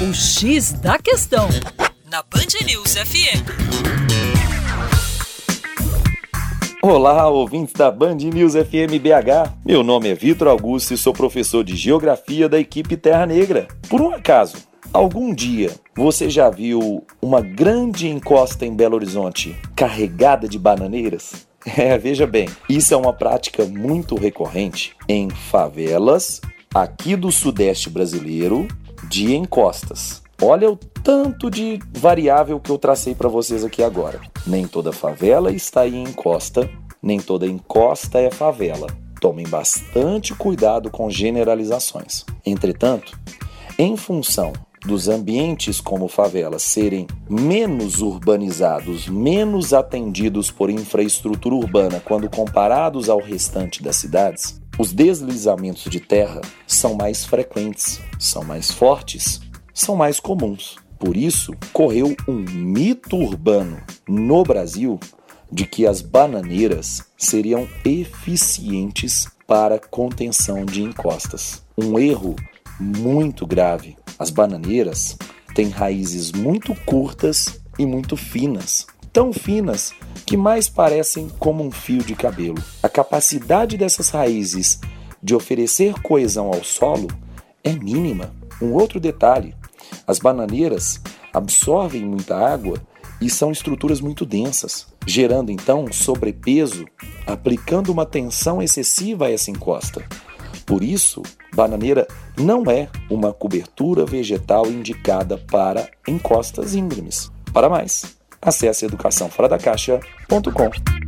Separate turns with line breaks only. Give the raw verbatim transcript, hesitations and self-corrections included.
O X da Questão, na Band News F M.
Olá, ouvintes da Band News F M B H. Meu nome é Vitor Augusto e sou professor de Geografia da equipe Terra Negra. Por um acaso, algum dia você já viu uma grande encosta em Belo Horizonte carregada de bananeiras? É, veja bem, isso é uma prática muito recorrente em favelas aqui do sudeste brasileiro de encostas. Olha o tanto de variável que eu tracei para vocês aqui agora. Nem toda favela está em encosta, nem toda encosta é favela. Tomem bastante cuidado com generalizações. Entretanto, em função dos ambientes como favelas serem menos urbanizados, menos atendidos por infraestrutura urbana quando comparados ao restante das cidades, os deslizamentos de terra são mais frequentes, são mais fortes, são mais comuns. Por isso, correu um mito urbano no Brasil de que as bananeiras seriam eficientes para contenção de encostas. Um erro muito grave. As bananeiras têm raízes muito curtas e muito finas. Tão finas que mais parecem como um fio de cabelo. A capacidade dessas raízes de oferecer coesão ao solo é mínima. Um outro detalhe, as bananeiras absorvem muita água e são estruturas muito densas, gerando então sobrepeso, aplicando uma tensão excessiva a essa encosta. Por isso, bananeira não é uma cobertura vegetal indicada para encostas íngremes. Para mais, acesse educação fora da caixa ponto com.